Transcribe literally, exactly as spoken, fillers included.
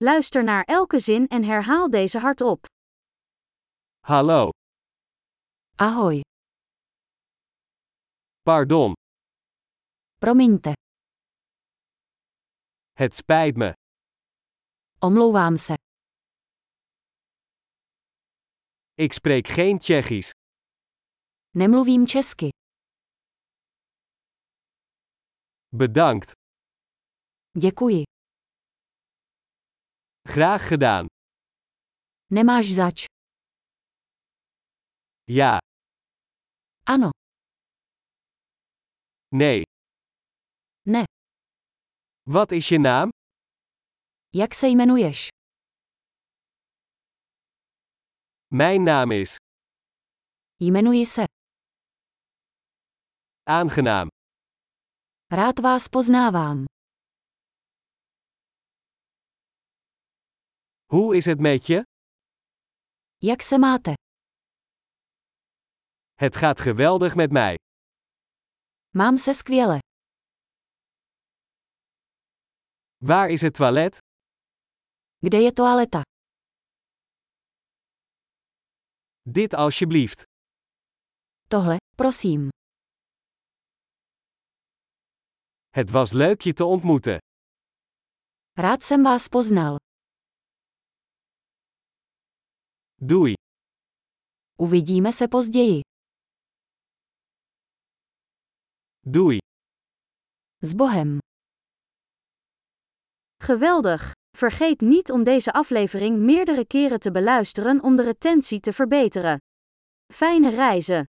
Luister naar elke zin en herhaal deze hardop. Hallo. Ahoj. Pardon. Promiňte. Het spijt me. Omlouvám se. Ik spreek geen Tsjechisch. Nemluvím česky. Bedankt. Děkuji. Graag gedaan. Nemáš zač. Ja. Ano. Nee. Ne. Wat is je naam? Jak se jmenuješ? Mijn naam is. Jmenuji se. Aangenaam. Rád vás poznávám. Hoe is het met je? Jak se máte? Het gaat geweldig met mij. Mám se skvěle. Waar is het toilet? Kde je toaleta? Dit alsjeblieft. Tohle, prosím. Het was leuk je te ontmoeten. Rád jsem vás poznal. Doei. Uvidíme se později. Doei. S Bohem. Geweldig! Vergeet niet om deze aflevering meerdere keren te beluisteren om de retentie te verbeteren. Fijne reizen!